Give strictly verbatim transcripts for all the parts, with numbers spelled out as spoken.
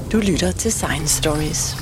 Du lytter til Science Stories.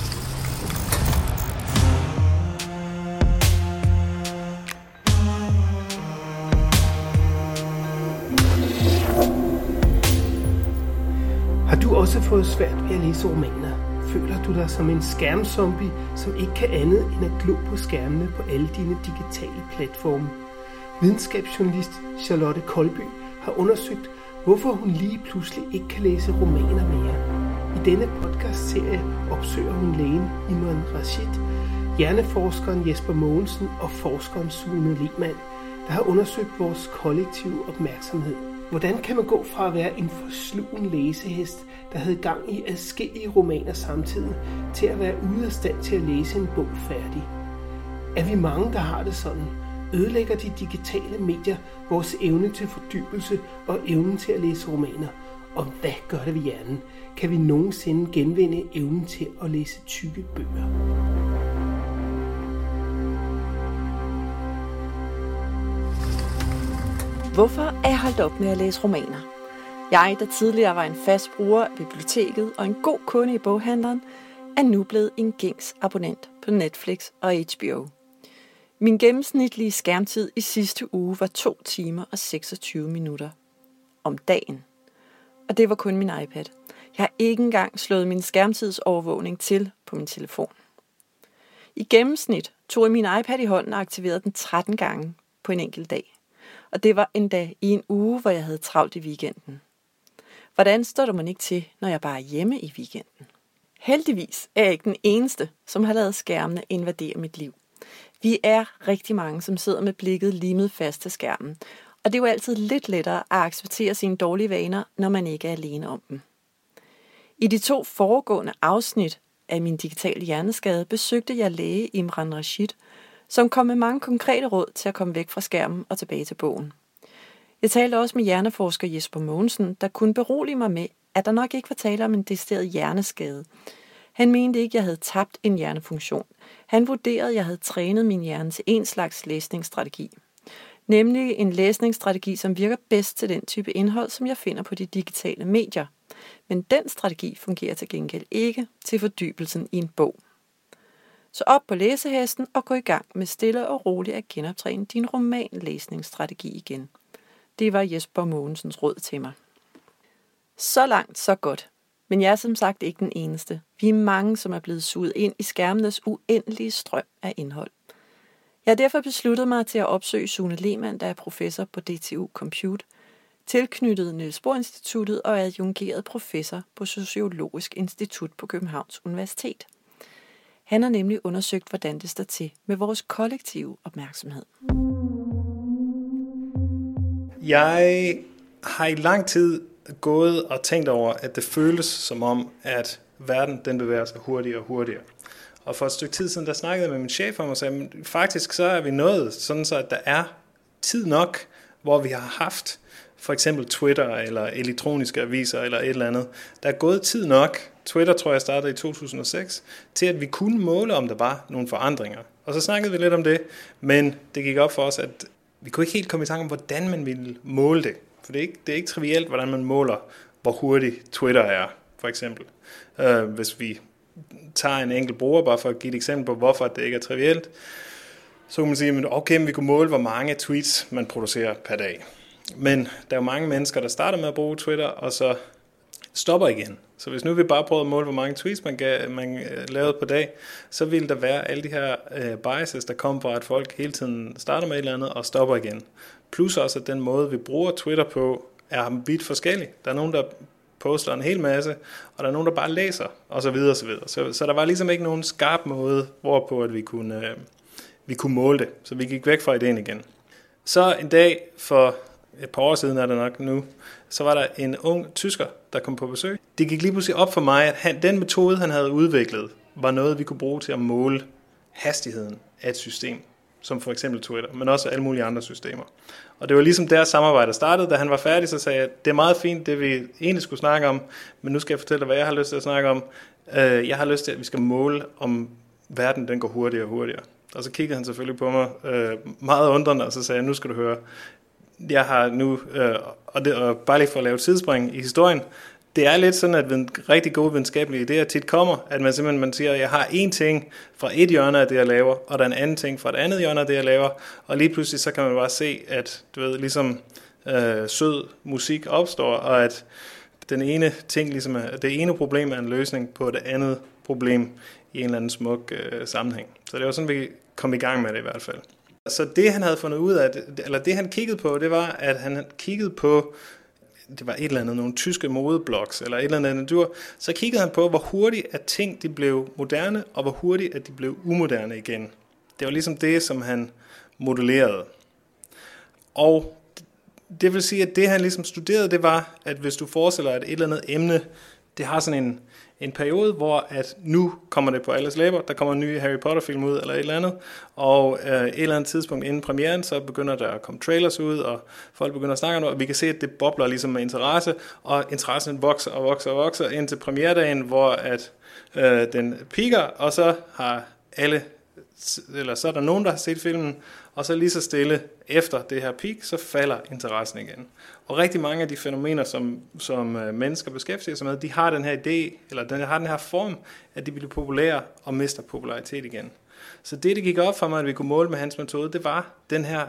Har du også fået svært ved at læse romaner? Føler du dig som en skærmzombie, som ikke kan andet end at glo på skærmene på alle dine digitale platforme? Videnskabsjournalist Charlotte Kolby har undersøgt, hvorfor hun lige pludselig ikke kan læse romaner mere. I denne podcast-serie opsøger hun lægen Imran Rashid, hjerneforskeren Jesper Mogensen og forskeren Sune Lehmann, der har undersøgt vores kollektive opmærksomhed. Hvordan kan man gå fra at være en forslugen læsehest, der havde gang i adskillige romaner samtidig, til at være ude af stand til at læse en bog færdig? Er vi mange, der har det sådan? Ødelægger de digitale medier vores evne til fordybelse og evnen til at læse romaner? Og hvad gør det ved hjernen? Kan vi nogensinde genvinde evnen til at læse tykke bøger? Hvorfor er jeg holdt op med at læse romaner? Jeg, der tidligere var en fast bruger af biblioteket og en god kunde i boghandleren, er nu blevet en gængs abonnent på Netflix og H B O. Min gennemsnitlige skærmtid i sidste uge var to timer og seksogtyve minutter om dagen. Og det var kun min iPad. Jeg har ikke engang slået min skærmtidsovervågning til på min telefon. I gennemsnit tog jeg min iPad i hånden og aktiverede den tretten gange på en enkelt dag. Og det var endda i en uge, hvor jeg havde travlt i weekenden. Hvordan står der man ikke til, når jeg bare er hjemme i weekenden? Heldigvis er jeg ikke den eneste, som har ladet skærmene invadere mit liv. Vi er rigtig mange, som sidder med blikket limet fast til skærmen. Og det er jo altid lidt lettere at acceptere sine dårlige vaner, når man ikke er alene om dem. I de to foregående afsnit af min digitale hjerneskade besøgte jeg læge Imran Rashid, som kom med mange konkrete råd til at komme væk fra skærmen og tilbage til bogen. Jeg talte også med hjerneforsker Jesper Mogensen, der kunne berolige mig med, at der nok ikke var tale om en decideret hjerneskade. Han mente ikke, at jeg havde tabt en hjernefunktion. Han vurderede, at jeg havde trænet min hjerne til en slags læsningsstrategi. Nemlig en læsningsstrategi, som virker bedst til den type indhold, som jeg finder på de digitale medier. Men den strategi fungerer til gengæld ikke til fordybelsen i en bog. Så op på læsehesten og gå i gang med stille og roligt at genoptræne din romanlæsningsstrategi igen. Det var Jesper Mogensens råd til mig. Så langt, så godt. Men jeg er som sagt ikke den eneste. Vi er mange, som er blevet suget ind i skærmenes uendelige strøm af indhold. Jeg har derfor besluttet mig til at opsøge Sune Lehmann, der er professor på D T U Compute, tilknyttet Niels Bohr Instituttet og adjungeret professor på Sociologisk Institut på Københavns Universitet. Han har nemlig undersøgt, hvordan det står til med vores kollektive opmærksomhed. Jeg har i lang tid gået og tænkt over, at det føles som om, at verden den bevæger sig hurtigere og hurtigere. Og for et stykke tid siden, der snakkede jeg med min chef om og sagde, at faktisk så er vi nået sådan så, at der er tid nok, hvor vi har haft for eksempel Twitter eller elektroniske aviser eller et eller andet. Der er gået tid nok, Twitter tror jeg startede i to tusind og seks, til at vi kunne måle, om der var nogle forandringer. Og så snakkede vi lidt om det, men det gik op for os, at vi kunne ikke helt komme i tanke om, hvordan man ville måle det. For det er ikke, det er ikke trivielt, hvordan man måler, hvor hurtigt Twitter er, for eksempel. Uh, hvis vi tager en enkelt bruger, bare for at give et eksempel på, hvorfor det ikke er trivielt, så kan man sige, at okay, men vi kunne måle, hvor mange tweets man producerer per dag. Men der er jo mange mennesker, der starter med at bruge Twitter, og så stopper igen. Så hvis nu vi bare prøvede at måle, hvor mange tweets man, gav, man lavede på dag, så ville der være alle de her øh, biases, der kommer fra, at folk hele tiden starter med et eller andet og stopper igen. Plus også, at den måde, vi bruger Twitter på, er vidt forskellig. Der er nogen, der poster en hel masse, og der er nogen, der bare læser, og så videre, og så videre. Så, så der var ligesom ikke nogen skarp måde, hvorpå at vi kunne, øh, vi kunne måle det. Så vi gik væk fra ideen igen. Så en dag for et par år siden er det nok nu, så var der en ung tysker, der kom på besøg. Det gik lige pludselig op for mig, at han, den metode, han havde udviklet, var noget, vi kunne bruge til at måle hastigheden af et system, som for eksempel Twitter, men også alle mulige andre systemer. Og det var ligesom der samarbejdet startede. Da han var færdig, så sagde jeg, det er meget fint, det vi egentlig skulle snakke om, men nu skal jeg fortælle dig, hvad jeg har lyst til at snakke om. Jeg har lyst til, at vi skal måle, om verden den går hurtigere og hurtigere. Og så kiggede han selvfølgelig på mig meget undrende, og så sagde jeg, nu skal du høre, jeg har nu, og, det, og bare lige for at lave et sidespring i historien, det er lidt sådan, at en rigtig gode videnskabelige idéer tit kommer, at man simpelthen man siger, at jeg har én ting fra et hjørne af det, jeg laver, og der er en anden ting fra et andet hjørne af det, jeg laver, og lige pludselig så kan man bare se, at du ved, ligesom øh, sød musik opstår, og at den ene ting, ligesom er, det ene problem er en løsning på det andet problem i en eller anden smuk øh, sammenhæng. Så det var sådan, vi kom i gang med det i hvert fald. Så det, han havde fundet ud af, eller det, han kiggede på, det var, at han kiggede på, det var et eller andet, nogle tyske modeblogs, eller et eller andet natur, så kiggede han på, hvor hurtigt at ting de blev moderne, og hvor hurtigt at de blev umoderne igen. Det var ligesom det, som han modellerede. Og det vil sige, at det, han ligesom studerede, det var, at hvis du forestiller, at et eller andet emne, det har sådan en, en periode, hvor at nu kommer det på alles læber, der kommer en ny Harry Potter-film ud, eller et eller andet, og øh, et eller andet tidspunkt inden premieren, så begynder der at komme trailers ud, og folk begynder at snakke om det, og vi kan se, at det bobler ligesom med interesse, og interessen vokser og vokser og vokser indtil premieredagen, hvor at øh, den piker, og så har alle, eller så er der nogen, der har set filmen, og så lige så stille efter det her peak, så falder interessen igen. Og rigtig mange af de fænomener, som, som mennesker beskæftiger sig med, de har den her idé, eller den har den her form, at de bliver populære og mister popularitet igen. Så det, det gik op for mig, at vi kunne måle med hans metode, det var den her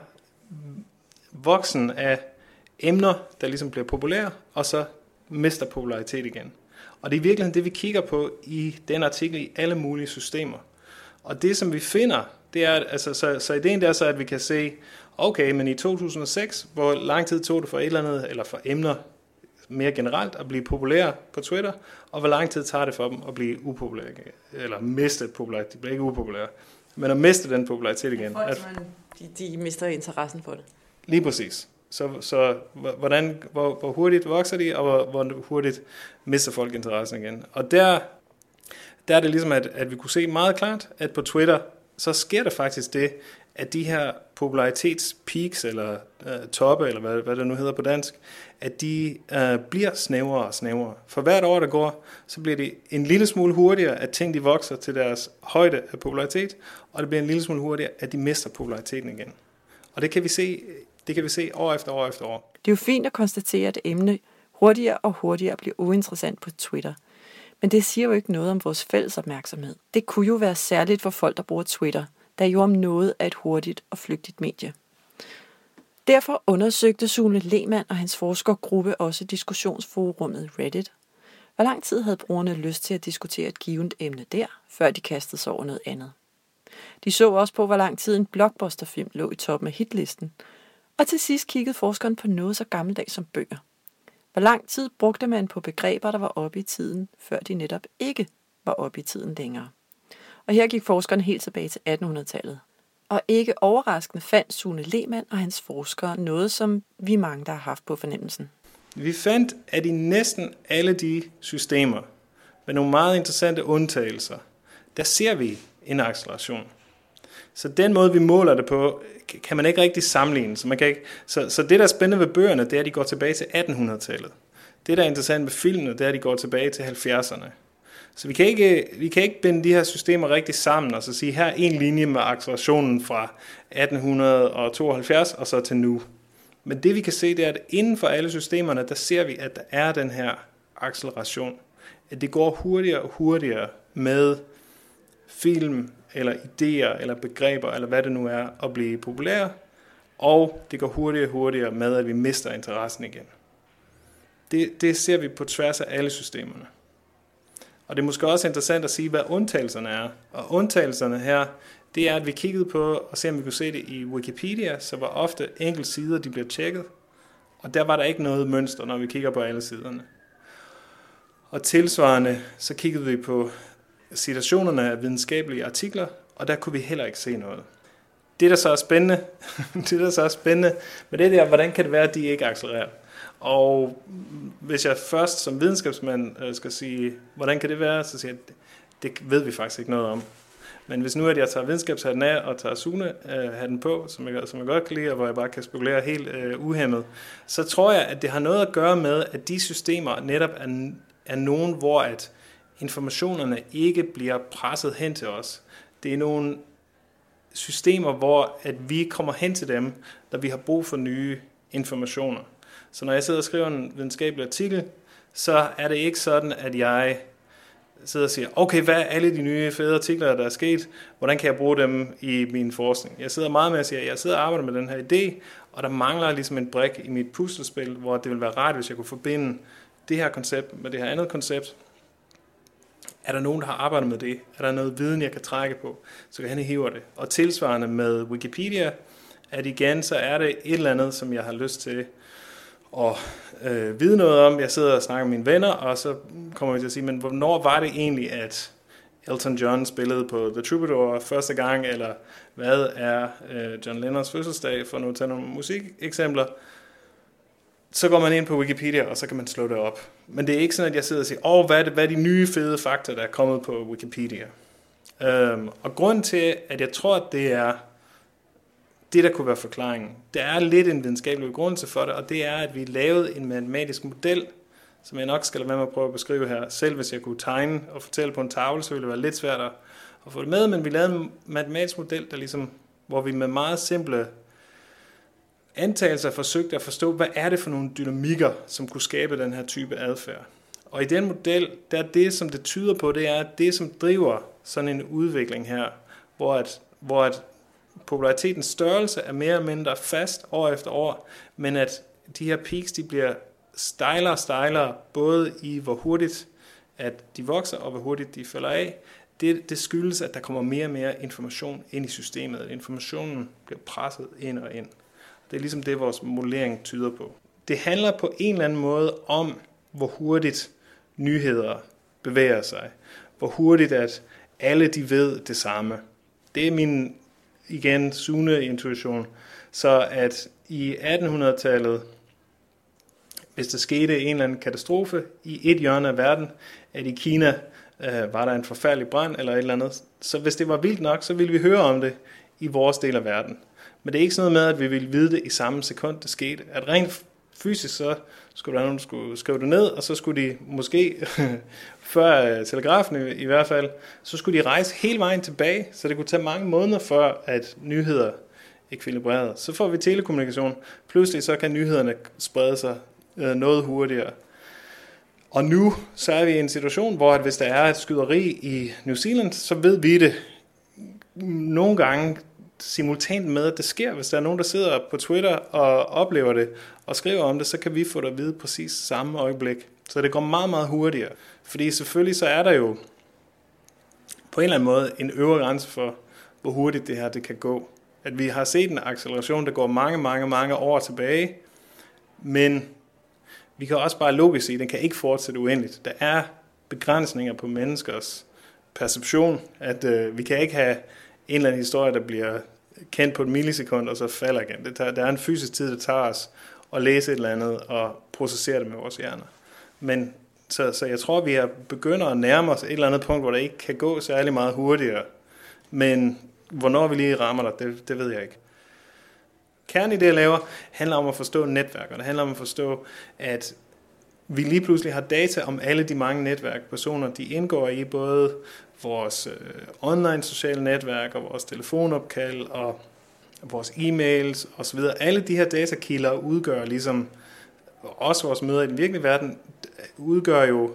voksen af emner, der ligesom bliver populære, og så mister popularitet igen. Og det er virkelig det, vi kigger på i den artikel i alle mulige systemer. Og det, som vi finder, det er, altså, så, så ideen der er så, at vi kan se, okay, men i to tusind og seks, hvor lang tid tog det for et eller andet, eller for emner mere generelt, at blive populære på Twitter, og hvor lang tid tager det for dem at blive upopulære, eller miste popularitet, de bliver ikke upopulære, men at miste den popularitet igen. Folk, at, de, de mister interessen for det. Lige præcis. Så, så hvordan, hvor, hvor hurtigt vokser de, og hvor, hvor hurtigt mister folk interessen igen. Og der, der er det ligesom, at, at vi kunne se meget klart, at på Twitter, så sker der faktisk det, at de her popularitetspeaks, eller øh, toppe, eller hvad, hvad det nu hedder på dansk, at de øh, bliver snævrere og snævrere. For hvert år, der går, så bliver det en lille smule hurtigere, at ting de vokser til deres højde af popularitet, og det bliver en lille smule hurtigere, at de mister populariteten igen. Og det kan vi se, det kan vi se år efter år efter år. Det er jo fint at konstatere, at emne hurtigere og hurtigere bliver uinteressant på Twitter. Men det siger jo ikke noget om vores fælles opmærksomhed. Det kunne jo være særligt for folk, der bruger Twitter, der jo om noget er et hurtigt og flygtigt medie. Derfor undersøgte Sune Lehmann og hans forskergruppe også diskussionsforummet Reddit. Hvor lang tid havde brugerne lyst til at diskutere et givent emne der, før de kastede sig over noget andet? De så også på, hvor lang tid en blockbusterfilm lå i toppen af hitlisten. Og til sidst kiggede forskeren på noget så gammeldags som bøger. Hvor lang tid brugte man på begreber, der var oppe i tiden, før de netop ikke var oppe i tiden længere? Og her gik forskeren helt tilbage til attenhundredetallet. Og ikke overraskende fandt Sune Lehmann og hans forskere noget, som vi mange, der har haft på fornemmelsen. Vi fandt, at i næsten alle de systemer, med nogle meget interessante undtagelser, der ser vi en acceleration. Så den måde, vi måler det på, kan man ikke rigtig sammenligne. Så, man kan ikke, så, så det, der er spændende ved bøgerne, det er, at de går tilbage til attenhundredetallet. Det, der er interessant ved filmene, det er, at de går tilbage til halvfjerdserne. Så vi kan ikke, vi kan ikke binde de her systemer rigtig sammen, og så sige, her er en linje med accelerationen fra atten tooghalvfjerds og så til nu. Men det vi kan se, det er, at inden for alle systemerne, der ser vi, at der er den her acceleration. At det går hurtigere og hurtigere med film, eller idéer, eller begreber, eller hvad det nu er, at blive populære, og det går hurtigere og hurtigere med, at vi mister interessen igen. Det, det ser vi på tværs af alle systemerne. Og det er måske også interessant at sige, hvad undtagelserne er. Og undtagelserne her, det er, at vi kiggede på, og se om vi kunne se det i Wikipedia, så var ofte enkelte sider, de blev tjekket, og der var der ikke noget mønster, når vi kigger på alle siderne. Og tilsvarende, så kiggede vi på citationerne af videnskabelige artikler, og der kunne vi heller ikke se noget. Det, der så er spændende, det, der så er spændende med det der, hvordan kan det være, at de ikke accelererer? Og hvis jeg først som videnskabsmand skal sige, hvordan kan det være, så siger jeg, det ved vi faktisk ikke noget om. Men hvis nu at jeg tager videnskabshatten af og tager Sune-hatten på, som jeg, som jeg godt kan lide, og hvor jeg bare kan spekulere helt øh, uhæmmet, så tror jeg, at det har noget at gøre med, at de systemer netop er, er nogen, hvor at informationerne ikke bliver presset hen til os. Det er nogle systemer, hvor at vi kommer hen til dem, når vi har brug for nye informationer. Så når jeg sidder og skriver en videnskabelig artikel, så er det ikke sådan, at jeg sidder og siger, okay, hvad er alle de nye fede artikler, der er sket? Hvordan kan jeg bruge dem i min forskning? Jeg sidder meget med at sige, at jeg sidder og arbejder med den her idé, og der mangler ligesom en brik i mit puslespil, hvor det ville være rart, hvis jeg kunne forbinde det her koncept med det her andet koncept. Er der nogen, der har arbejdet med det? Er der noget viden, jeg kan trække på? Så kan han hive det. Og tilsvarende med Wikipedia, at igen, så er det et eller andet, som jeg har lyst til at øh, vide noget om. Jeg sidder og snakker med mine venner, og så kommer vi til at sige, men hvornår var det egentlig, at Elton John spillede på The Troubadour første gang, eller hvad er øh, John Lennons fødselsdag, for nu at tage nogle musikeksempler? Så går man ind på Wikipedia, og så kan man slå det op. Men det er ikke sådan, at jeg sidder og siger, åh, hvad er, det, hvad er de nye fede fakta, der er kommet på Wikipedia? Øhm, og grunden til, at jeg tror, at det er det, der kunne være forklaringen, det er lidt en videnskabelig begrundelse for det, og det er, at vi lavede en matematisk model, som jeg nok skal lade være med at prøve at beskrive her. Selv hvis jeg kunne tegne og fortælle på en tavle, så ville det være lidt svært at, at få det med, men vi lavede en matematisk model, der ligesom, hvor vi med meget simple antagelser forsøgte at forstå, hvad er det for nogle dynamikker, som kunne skabe den her type adfærd. Og i den model, der er det, som det tyder på, det er det, som driver sådan en udvikling her, hvor at, hvor at popularitetens størrelse er mere eller mindre fast år efter år, men at de her peaks, de bliver stejlere og stejlere, både i hvor hurtigt at de vokser, og hvor hurtigt de falder af. Det, det skyldes, at der kommer mere og mere information ind i systemet, at informationen bliver presset ind og ind. Det er ligesom det, vores modellering tyder på. Det handler på en eller anden måde om, hvor hurtigt nyheder bevæger sig. Hvor hurtigt, at alle de ved det samme. Det er min, igen, sune intuition. Så at i attenhundredetallet, hvis der skete en eller anden katastrofe i et hjørne af verden, at i Kina øh, var der en forfærdelig brand eller et eller andet, så hvis det var vildt nok, så ville vi høre om det i vores del af verden. Men det er ikke sådan noget med, at vi ville vide det i samme sekund, det skete. At rent fysisk, så skulle der nogen, der skulle skrive det ned, og så skulle de måske, før telegrafen i, i hvert fald, så skulle de rejse hele vejen tilbage, så det kunne tage mange måneder før, at nyheder ekvilibrerede. Så får vi telekommunikation. Pludselig så kan nyhederne sprede sig øh, noget hurtigere. Og nu så er vi i en situation, hvor at hvis der er et skyderi i New Zealand, så ved vi det nogle gange simultant med, at det sker. Hvis der er nogen, der sidder på Twitter og oplever det og skriver om det, så kan vi få det at vide præcis samme øjeblik. Så det går meget, meget hurtigere. Fordi selvfølgelig så er der jo på en eller anden måde en øvre grænse for, hvor hurtigt det her det kan gå. At vi har set en acceleration, der går mange, mange, mange år tilbage, men vi kan også bare logisk sige, at den kan ikke fortsætte uendeligt. Der er begrænsninger på menneskers perception, at øh, vi kan ikke have en eller anden historie, der bliver kendt på et millisekund, og så falder igen. Det tager, der er en fysisk tid, der tager os at læse et eller andet, og processere det med vores hjerner. Men, så, så jeg tror, vi er begynder at nærme os et eller andet punkt, hvor det ikke kan gå særlig meget hurtigere. Men hvornår vi lige rammer der, det, det ved jeg ikke. Kernen i det, jeg laver, handler om at forstå netværk, og det handler om at forstå, at vi lige pludselig har data om alle de mange netværkpersoner, de indgår i både vores øh, online sociale netværk, og vores telefonopkald, og vores e-mails osv. Alle de her datakilder udgør ligesom, også vores møder i den virkelige verden, udgør jo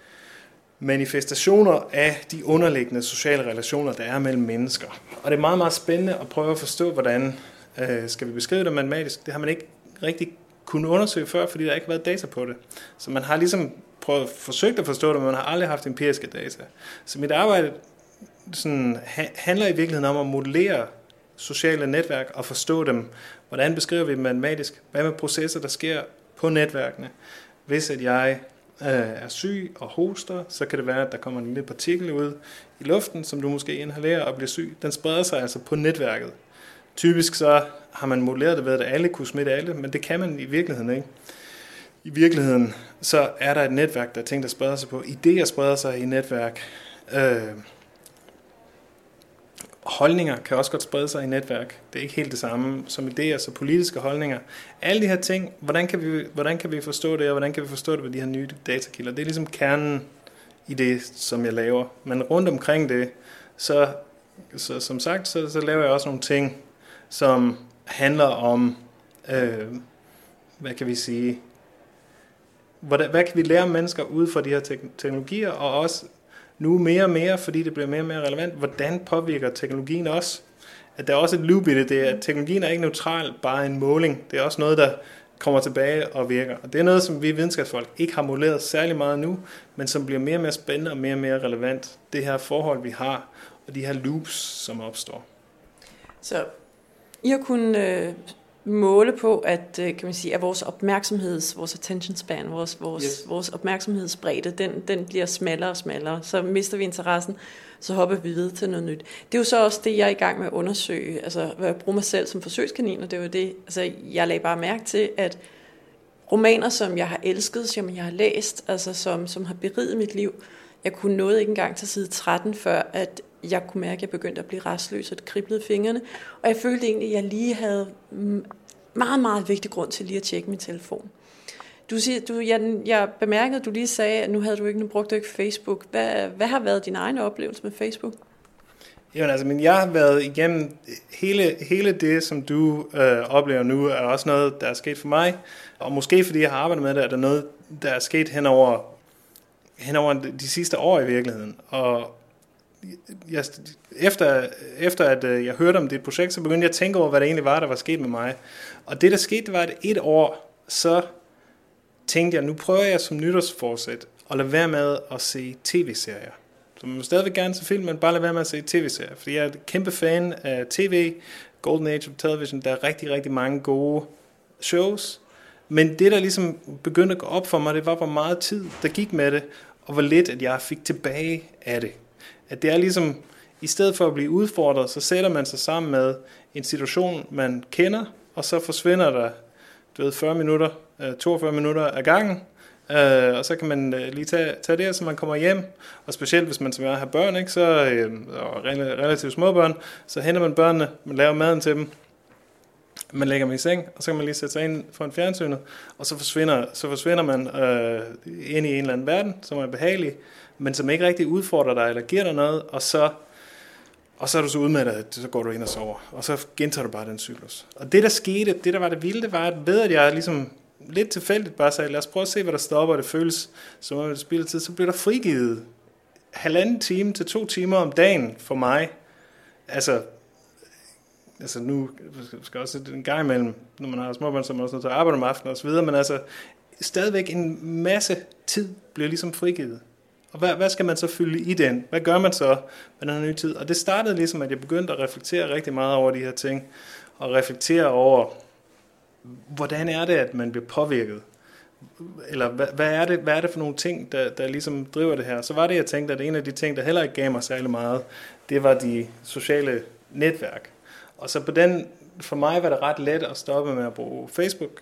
manifestationer af de underliggende sociale relationer, der er mellem mennesker. Og det er meget, meget spændende at prøve at forstå, hvordan øh, skal vi beskrive det matematisk. Det har man ikke rigtig kunnet undersøge før, fordi der ikke har været data på det. Så man har ligesom prøvet, forsøgt at forstå det, men man har aldrig haft empiriske data. Så mit arbejde sådan, ha- handler i virkeligheden om at modellere sociale netværk og forstå dem. Hvordan beskriver vi dem matematisk? Hvad med processer, der sker på netværkene? Hvis at jeg øh, er syg og hoster, så kan det være, at der kommer en lille partikel ud i luften, som du måske inhalerer og bliver syg. Den spreder sig altså på netværket. Typisk så har man modelleret det ved, at alle kunne smitte alle, men det kan man i virkeligheden ikke. I virkeligheden så er der et netværk, der er ting, der spreder sig på. Idéer spreder sig i netværk. Øh, holdninger kan også godt sprede sig i netværk. Det er ikke helt det samme som idéer, så politiske holdninger. Alle de her ting, hvordan kan vi, hvordan kan vi forstå det, og hvordan kan vi forstå det ved de her nye datakilder? Det er ligesom kernen i det, som jeg laver. Men rundt omkring det, så, så som sagt, så, så laver jeg også nogle ting, som handler om, øh, hvad kan vi sige, Hvad, hvad kan vi lære mennesker ud fra de her teknologier, og også nu mere og mere, fordi det bliver mere og mere relevant, hvordan påvirker teknologien os? At der er også et loop i det, det er, at teknologien er ikke neutral, bare en måling. Det er også noget, der kommer tilbage og virker. Og det er noget, som vi videnskabsfolk ikke har modelleret særlig meget nu, men som bliver mere og mere spændende og mere og mere relevant. Det her forhold, vi har, og de her loops, som opstår. Så I har kunnet øh, måle på, at, øh, kan man sige, at vores opmærksomheds, vores attention span, vores, vores, yes. vores opmærksomhedsbredde, den, den bliver smallere og smallere. Så mister vi interessen, så hopper vi videre til noget nyt. Det er jo så også det, jeg er i gang med at undersøge, altså hvad jeg bruger mig selv som forsøgskanin, og det er jo det, altså jeg lagde bare mærke til, at romaner, som jeg har elsket, som jeg har læst, altså som, som har beriget mit liv, jeg kunne nåede ikke engang til side tretten, før at jeg kunne mærke, at jeg begyndte at blive rastløs, og det kriblede fingrene, og jeg følte egentlig, at jeg lige havde meget, meget vigtig grund til lige at tjekke min telefon. Du siger, du, jeg, jeg bemærkede, at du lige sagde, at nu havde du ikke, nu brugte du ikke Facebook. Hvad, hvad har været din egen oplevelse med Facebook? Jamen altså, men jeg har været igennem hele, hele det, som du øh, oplever nu, er også noget, der er sket for mig. Og måske fordi jeg har arbejdet med det, er der noget, der er sket hen over, hen over de sidste år i virkeligheden. Og jeg, efter, efter at øh, jeg hørte om dit projekt, så begyndte jeg at tænke over, hvad det egentlig var, der var sket med mig. Og det, der skete, det var, at et år, så tænkte jeg, nu prøver jeg som nytårsforsæt at lade være med at se tv-serier. Så man må stadigvæk gerne se film, men bare lade være med at se tv-serier. Fordi jeg er et kæmpe fan af tv, Golden Age of Television. Der er rigtig, rigtig mange gode shows. Men det, der ligesom begyndte at gå op for mig, det var, hvor meget tid der gik med det, og hvor lidt, at jeg fik tilbage af det. At det er ligesom, i stedet for at blive udfordret, så sætter man sig sammen med en situation, man kender, og så forsvinder der, du ved, fyrre minutter, toogfyrre minutter ad gangen, Uh, og så kan man uh, lige tage, tage det, så man kommer hjem, og specielt hvis man som jeg har børn, ikke, så, uh, og relativt små børn, så henter man børnene, man laver maden til dem, man lægger dem i seng, og så kan man lige sætte sig ind foran fjernsynet, og så forsvinder, så forsvinder man uh, ind i en eller anden verden, som er behagelig, men som ikke rigtig udfordrer dig, eller giver dig noget, og så, og så er du så udmattet, så går du ind og sover, og så gentager du bare den cyklus. Og det der skete, det der var det vilde, var, at ved at jeg ligesom lidt tilfældigt bare sagde, lad os prøve at se, hvad der stopper, og det føles som om det spilder tid, så bliver der frigivet halvanden time til to timer om dagen for mig. Altså, altså nu skal også en gang imellem, når man har småbørn, så er man også nødt til at arbejde om aftenen og så videre, men altså, stadigvæk en masse tid bliver ligesom frigivet. Og hvad, hvad skal man så fylde i den? Hvad gør man så med den her nye tid? Og det startede ligesom, at jeg begyndte at reflektere rigtig meget over de her ting, og reflektere over, hvordan er det, at man bliver påvirket? Eller hvad, hvad, er, det, hvad er det for nogle ting, der, der ligesom driver det her? Så var det, jeg tænkte, at en af de ting, der heller ikke gav mig særlig meget, det var de sociale netværk. Og så på den, for mig var det ret let at stoppe med at bruge Facebook.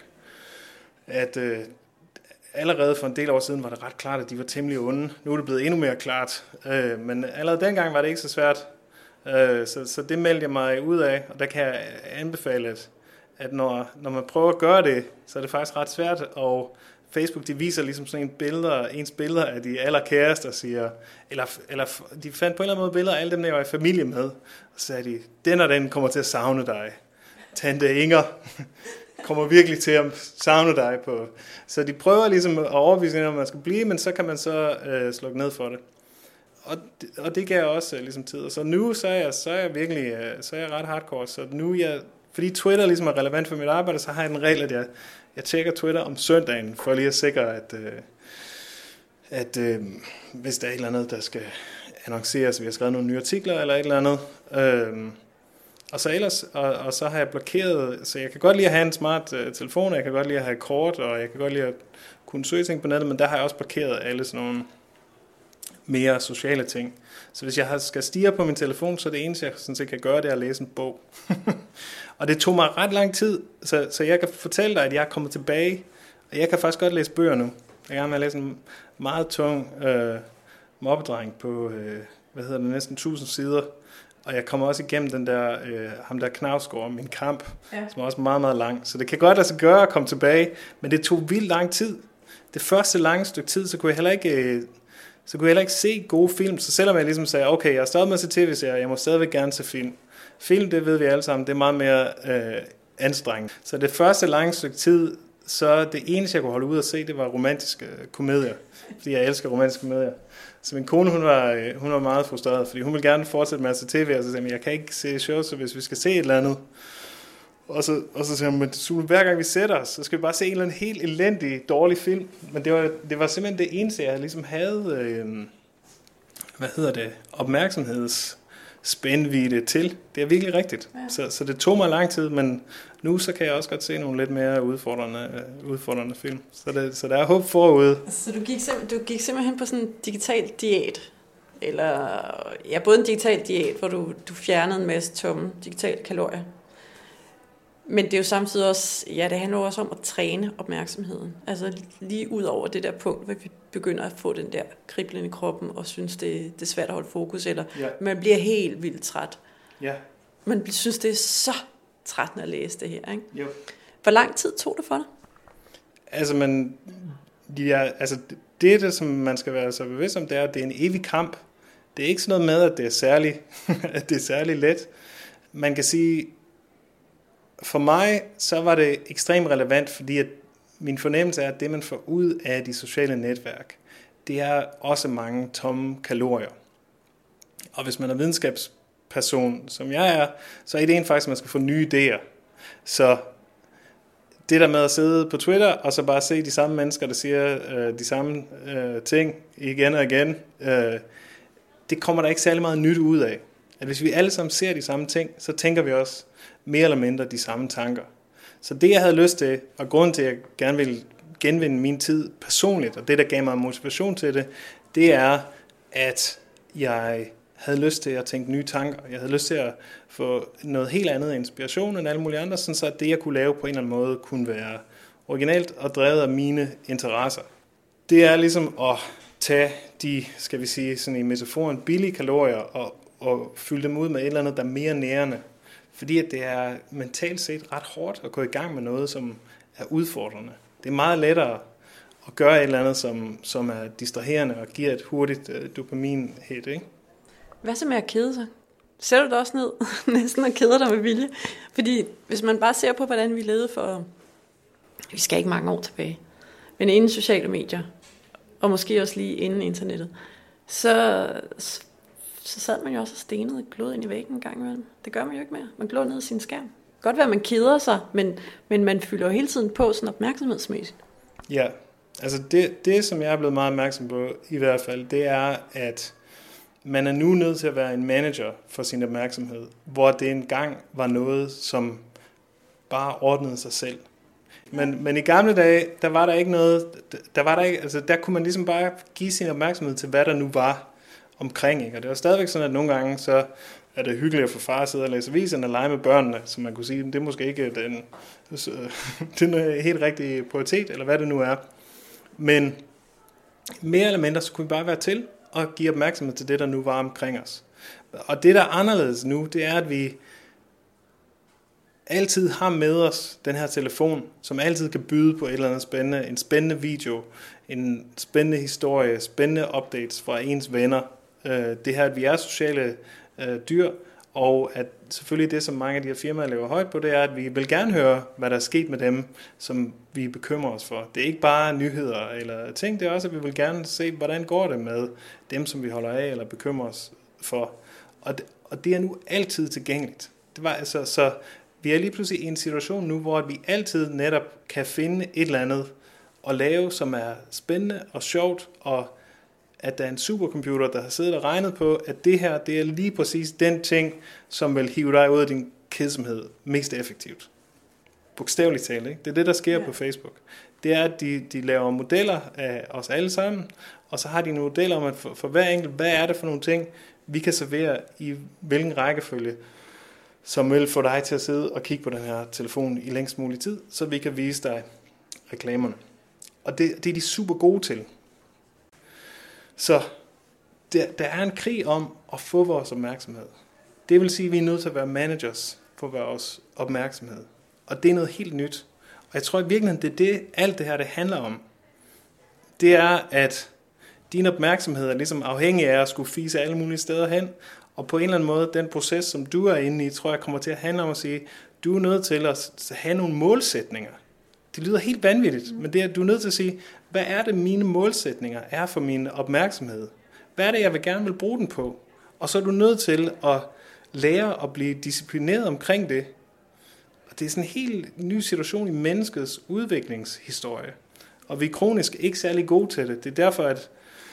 At øh, allerede for en del år siden var det ret klart, at de var temmelig onde. Nu er det blevet endnu mere klart. Øh, men allerede dengang var det ikke så svært. Øh, så, så det meldte jeg mig ud af, og der kan jeg anbefale, at at når, når man prøver at gøre det, så er det faktisk ret svært, og Facebook, de viser ligesom sådan en billeder, ens billeder af de allerkæreste, og siger, eller, eller de fandt på en eller anden måde billeder af alle dem, der var i familie med, og så sagde de, den og den kommer til at savne dig. Tante Inger kommer virkelig til at savne dig på. Så de prøver ligesom at overbevise, om man skal blive, men så kan man så øh, slukke ned for det. Og det, og det gav også øh, ligesom tid. Og så nu, så er jeg, så er jeg virkelig, øh, så er jeg ret hardcore, så nu er jeg, fordi Twitter ligesom er relevant for mit arbejde, så har jeg en regel, at jeg, jeg tjekker Twitter om søndagen, for lige at sikre, at, øh, at øh, hvis der er et eller andet, der skal annonceres, vi har skrevet nogle nye artikler eller et eller andet. Øh, og så ellers, og, og så har jeg blokeret, så jeg kan godt lide at have en smart øh, telefon, jeg kan godt lide at have kort, og jeg kan godt lide at kunne søge ting på nettet, men der har jeg også blokeret alle sådan nogle mere sociale ting. Så hvis jeg skal stirre på min telefon, så det eneste, jeg sådan set kan gøre, det er at læse en bog. Og det tog mig ret lang tid, så, så jeg kan fortælle dig, at jeg er kommet tilbage, og jeg kan faktisk godt læse bøger nu. Jeg er gerne med at læse en meget tung øh, mobbedreng på, øh, hvad hedder det, næsten tusind sider, og jeg kommer også igennem den der, øh, ham der Knavsgaard, Min Kamp, ja. Som er også meget, meget lang. Så det kan godt lade sig gøre at komme tilbage, men det tog vildt lang tid. Det første lange stykke tid, så kunne jeg heller ikke... Øh, så kunne jeg heller ikke se gode film, så selvom jeg ligesom sagde, okay, jeg er stadig med at se tv-serier, jeg må stadigvæk gerne se film. Film, det ved vi alle sammen, det er meget mere øh, anstrengende. Så det første lange stykke tid, så det eneste, jeg kunne holde ud og se, det var romantiske komedier. Fordi jeg elsker romantiske komedier. Så min kone, hun var, hun var meget frustreret, fordi hun ville gerne fortsætte med at se tv, og så sagde hun, jeg kan ikke se shows, så hvis vi skal se et eller andet. Og så, og så sagde hun, men Sune, hver gang vi sætter os, så skal vi bare se en eller anden helt elendig, dårlig film. Men det var, det var simpelthen det eneste, jeg ligesom havde, øh, hvad hedder det, opmærksomhedsspændvidde til. Det er virkelig rigtigt. Ja. Så, så det tog mig lang tid, men nu så kan jeg også godt se nogle lidt mere udfordrende, udfordrende film. Så, det, så der er håb forude. Så du gik, du gik simpelthen på sådan en digital diæt? Eller, ja, både en digital diæt, hvor du, du fjernede en masse tomme digitale kalorier. Men det er jo samtidig også, ja, det handler også om at træne opmærksomheden. Altså lige ud over det der punkt, hvor vi begynder at få den der kriblen i kroppen, og synes, det, det er svært at holde fokus, eller ja. Man bliver helt vildt træt. Ja. Man synes, det er så trættende at læse det her, ikke? Jo. Hvor lang tid tog det for dig? Altså, man, ja, altså det, det, som man skal være så bevidst om, det er, at det er en evig kamp. Det er ikke sådan noget med, at det er særlig, at det er særlig let. Man kan sige, for mig, så var det ekstremt relevant, fordi at min fornemmelse er, at det, man får ud af de sociale netværk, det er også mange tomme kalorier. Og hvis man er videnskabsperson, som jeg er, så er ideen faktisk, at man skal få nye idéer. Så det der med at sidde på Twitter, og så bare se de samme mennesker, der siger øh, de samme øh, ting igen og igen, øh, det kommer der ikke særlig meget nyt ud af. At hvis vi alle sammen ser de samme ting, så tænker vi også mere eller mindre de samme tanker. Så det, jeg havde lyst til, og grunden til, at jeg gerne ville genvinde min tid personligt, og det, der gav mig motivation til det, det er, at jeg havde lyst til at tænke nye tanker. Jeg havde lyst til at få noget helt andet inspiration end alle mulige andre, sådan så det, jeg kunne lave på en eller anden måde, kunne være originalt og drevet af mine interesser. Det er ligesom at tage de, skal vi sige, sådan i metaforen, billige kalorier og, og fylde dem ud med et eller andet, der er mere nærende. Fordi at det er mentalt set ret hårdt at gå i gang med noget, som er udfordrende. Det er meget lettere at gøre et eller andet, som, som er distraherende og giver et hurtigt uh, dopamin-hit, ikke? Hvad så med at kede sig? Sætter du dig også ned næsten og keder dig med vilje? Fordi hvis man bare ser på, hvordan vi levede for, vi skal ikke mange år tilbage, men inden sociale medier, og måske også lige inden internettet, så, så sad man jo også og stenede glød ind i væggen en gang imellem. Det gør man jo ikke mere. Man glår ned i sin skærm. Godt være, at man keder sig, men, men man fylder jo hele tiden på sådan opmærksomhedsmæssigt. Ja, altså det, det, som jeg er blevet meget opmærksom på i hvert fald, det er, at man er nu nødt til at være en manager for sin opmærksomhed, hvor det engang var noget, som bare ordnede sig selv. Men, men i gamle dage, der var der ikke noget, der var der ikke, altså der kunne man ligesom bare give sin opmærksomhed til, hvad der nu var omkring, ikke? Og det var stadigvæk sådan, at nogle gange, så er det hyggeligt at få far at sidde og læse aviserne og lege med børnene, så man kunne sige, det er måske ikke den, den helt rigtige prioritet, eller hvad det nu er. Men mere eller mindre, så kunne vi bare være til og give opmærksomhed til det, der nu var omkring os. Og det, der er anderledes nu, det er, at vi altid har med os den her telefon, som altid kan byde på et eller andet spændende, en spændende video, en spændende historie, spændende updates fra ens venner. Det her, at vi er sociale dyr, og at selvfølgelig det, som mange af de her firmaer lever højt på, det er, at vi vil gerne høre, hvad der er sket med dem, som vi bekymrer os for. Det er ikke bare nyheder eller ting, det er også, at vi vil gerne se, hvordan går det med dem, som vi holder af eller bekymrer os for. Og det, og det er nu altid tilgængeligt. Det var altså, så vi er lige pludselig i en situation nu, hvor vi altid netop kan finde et eller andet at lave, som er spændende og sjovt, og at der er en supercomputer, der har siddet og regnet på, at det her, det er lige præcis den ting, som vil hive dig ud af din kedsomhed mest effektivt. Bogstaveligt talt, ikke? Det er det, der sker ja. på Facebook. Det er, at de, de laver modeller af os alle sammen, og så har de nogle modeller om, at for, for hver enkelt, hvad er det for nogle ting, vi kan servere i hvilken rækkefølge, som vil få dig til at sidde og kigge på den her telefon i længst mulig tid, så vi kan vise dig reklamerne. Og det, det er de super gode til. Så der, der er en krig om at få vores opmærksomhed. Det vil sige, at vi er nødt til at være managers for vores opmærksomhed. Og det er noget helt nyt. Og jeg tror i virkeligheden, det er det, alt det her det handler om. Det er, at din opmærksomhed er ligesom afhængig af at skulle fise alle mulige steder hen. Og på en eller anden måde, den proces, som du er inde i, tror jeg kommer til at handle om at sige, du er nødt til at have nogle målsætninger. det lyder helt vanvittigt, men det er, du er nødt til at sige, hvad er det mine målsætninger er for min opmærksomhed? Hvad er det, jeg vil gerne vil bruge den på? Og så er du nødt til at lære at blive disciplineret omkring det. Og det er sådan en helt ny situation i menneskets udviklingshistorie. Og vi er kronisk ikke særlig gode til det. Det er derfor, at,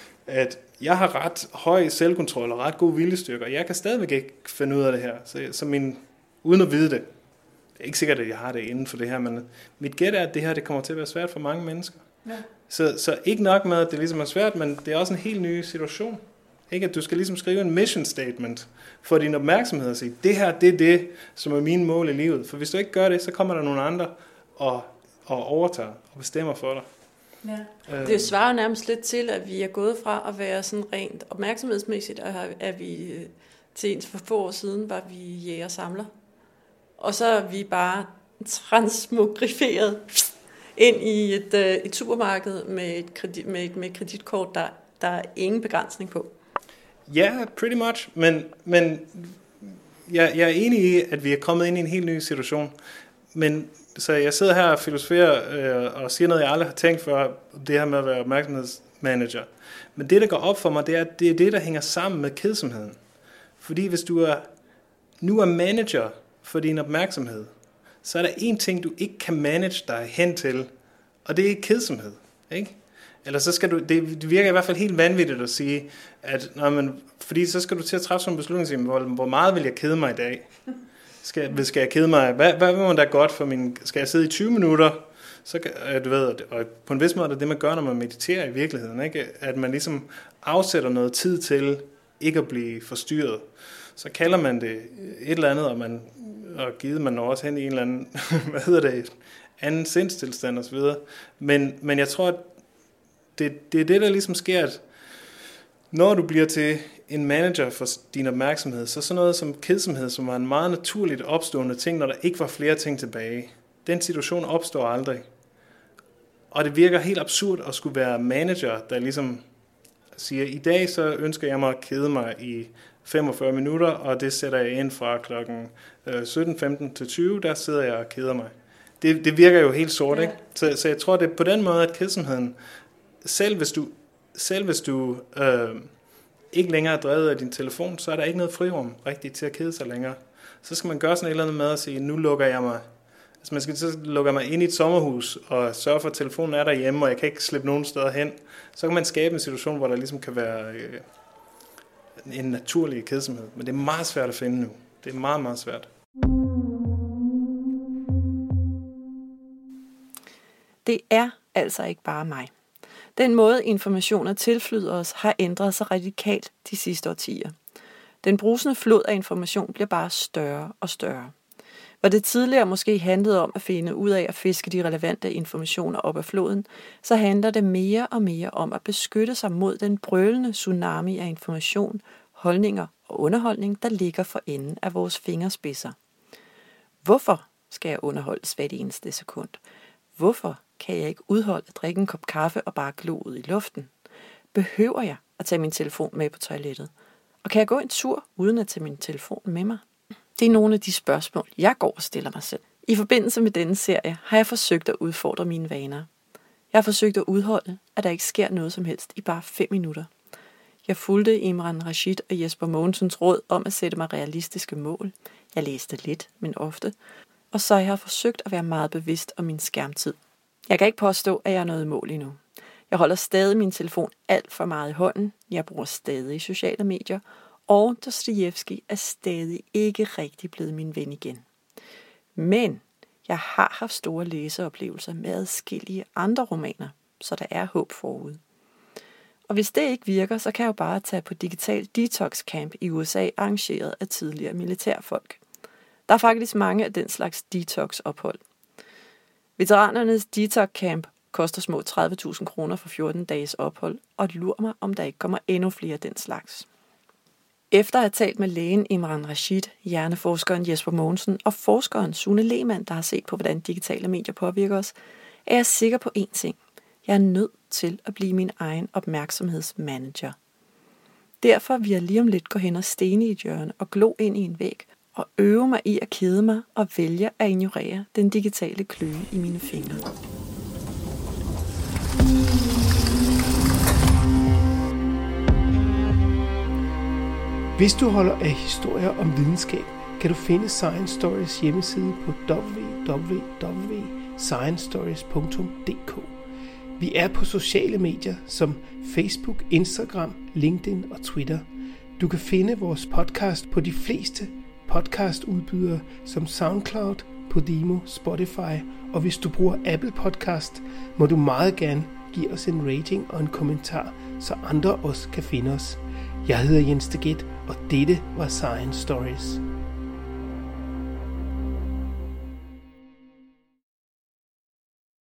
at jeg har ret høj selvkontrol og ret god viljestyrke, og jeg kan stadigvæk ikke finde ud af det her, så, så min, uden at vide det. Det er ikke sikkert, at jeg har det inden for det her, men mit gæt er, at det her det kommer til at være svært for mange mennesker. Ja. Så, så ikke nok med, at det ligesom er svært, men det er også en helt ny situation. Ikke at du skal ligesom skrive en mission statement for din opmærksomhed og sige, det her det er det, som er mine mål i livet. For hvis du ikke gør det, så kommer der nogle andre og, og overtager og bestemmer for dig. Ja. Det svarer nærmest lidt til, at vi er gået fra at være sådan rent opmærksomhedsmæssigt, og at vi til for få år siden var vi jæger og samler. Og så er vi bare transmogriferet ind i et, øh, et supermarked med et, kredit, med et med kreditkort, der, der er ingen begrænsning på. Ja, yeah, pretty much. Men, men jeg, jeg er enig i, at vi er kommet ind i en helt ny situation. Men så jeg sidder her og filosoferer øh, og siger noget, jeg aldrig har tænkt før, det her med at være opmærksomhedsmanager. Men det, der går op for mig, det er, at det er det, der hænger sammen med kedsomheden. Fordi hvis du er, nu er manager for din opmærksomhed, så er der en ting, du ikke kan manage dig hen til, og det er kedsomhed, ikke? Eller så skal du, det virker i hvert fald helt vanvittigt at sige, at nej, men, fordi så skal du til at træffe sådan en beslutning, hvor, hvor meget vil jeg kede mig i dag? Skal, skal jeg kede mig? Hvad, hvad vil man da godt for min, skal jeg sidde i tyve minutter? Så du ved, og på en vis måde er det det, man gør, når man mediterer i virkeligheden, ikke? At man ligesom afsætter noget tid til ikke at blive forstyrret. Så kalder man det et eller andet, og man og givet man også hen i en eller anden, hvad hedder det, anden sindstilstand osv. Men, men jeg tror, at det, det er det, der ligesom sker, at når du bliver til en manager for din opmærksomhed, så sådan noget som kedsomhed, som var en meget naturligt opstående ting, når der ikke var flere ting tilbage. Den situation opstår aldrig. Og det virker helt absurd at skulle være manager, der ligesom siger, i dag så ønsker jeg mig at kede mig i femogfyrre minutter, og det sætter jeg ind fra klokken sytten femten til tyve, der sidder jeg og keder mig. Det, det virker jo helt sort, ikke? Så, så jeg tror, det er på den måde, at kedsomheden, selv hvis du, selv hvis du øh, ikke længere er drevet af din telefon, så er der ikke noget frirum rigtigt til at kede sig længere. Så skal man gøre sådan et eller andet med at sige, nu lukker jeg mig, altså man skal så lukker mig ind i et sommerhus, og sørge for, at telefonen er derhjemme, og jeg kan ikke slippe nogen steder hen. Så kan man skabe en situation, hvor der ligesom kan være øh, en naturlig kedsomhed. Men det er meget svært at finde nu. Det er meget, meget svært. Det er altså ikke bare mig. Den måde informationer tilflyder os har ændret sig radikalt de sidste årtier. Den brusende flod af information bliver bare større og større. Hvor det tidligere måske handlede om at finde ud af at fiske de relevante informationer op af floden, så handler det mere og mere om at beskytte sig mod den brølende tsunami af information, holdninger og underholdning, der ligger for enden af vores fingerspidser. Hvorfor skal jeg underholdes hvert eneste sekund? Hvorfor kan jeg ikke udholde at drikke en kop kaffe og bare glo ud i luften? Behøver jeg at tage min telefon med på toilettet? Og kan jeg gå en tur uden at tage min telefon med mig? Det er nogle af de spørgsmål, jeg går og stiller mig selv. I forbindelse med denne serie har jeg forsøgt at udfordre mine vaner. Jeg har forsøgt at udholde, at der ikke sker noget som helst i bare fem minutter. Jeg fulgte Imran Rashid og Jesper Mogensens råd om at sætte mig realistiske mål. Jeg læste lidt, men ofte. Og så jeg har forsøgt at være meget bevidst om min skærmtid. Jeg kan ikke påstå, at jeg er nået i mål endnu. Jeg holder stadig min telefon alt for meget i hånden. Jeg bruger stadig sociale medier. Og Dostojevskij er stadig ikke rigtig blevet min ven igen. Men jeg har haft store læseoplevelser med adskillige andre romaner, så der er håb forud. Og hvis det ikke virker, så kan jeg jo bare tage på digital detox camp i U S A, arrangeret af tidligere militærfolk. Der er faktisk mange af den slags detox-ophold. Veteranernes detox camp koster små tredive tusind kroner for fjorten dages ophold, og lur mig, om der ikke kommer endnu flere af den slags. Efter at have talt med lægen Imran Rashid, hjerneforskeren Jesper Mogensen og forskeren Sune Lehmann, der har set på, hvordan digitale medier påvirker os, er jeg sikker på én ting. Jeg er nødt til at blive min egen opmærksomhedsmanager. Derfor vil jeg lige om lidt gå hen og stene i et hjørne og glo ind i en væg og øve mig i at kede mig og vælge at ignorere den digitale kløe i mine fingre. Hvis du holder af historier om videnskab, kan du finde Science Stories hjemmeside på w w w punktum science stories punktum d k. Vi er på sociale medier som Facebook, Instagram, LinkedIn og Twitter. Du kan finde vores podcast på de fleste podcastudbydere som SoundCloud, Podimo, Spotify, og hvis du bruger Apple Podcast, må du meget gerne give os en rating og en kommentar, så andre også kan finde os. Jeg hedder Jens Deget, og dette var Science Stories.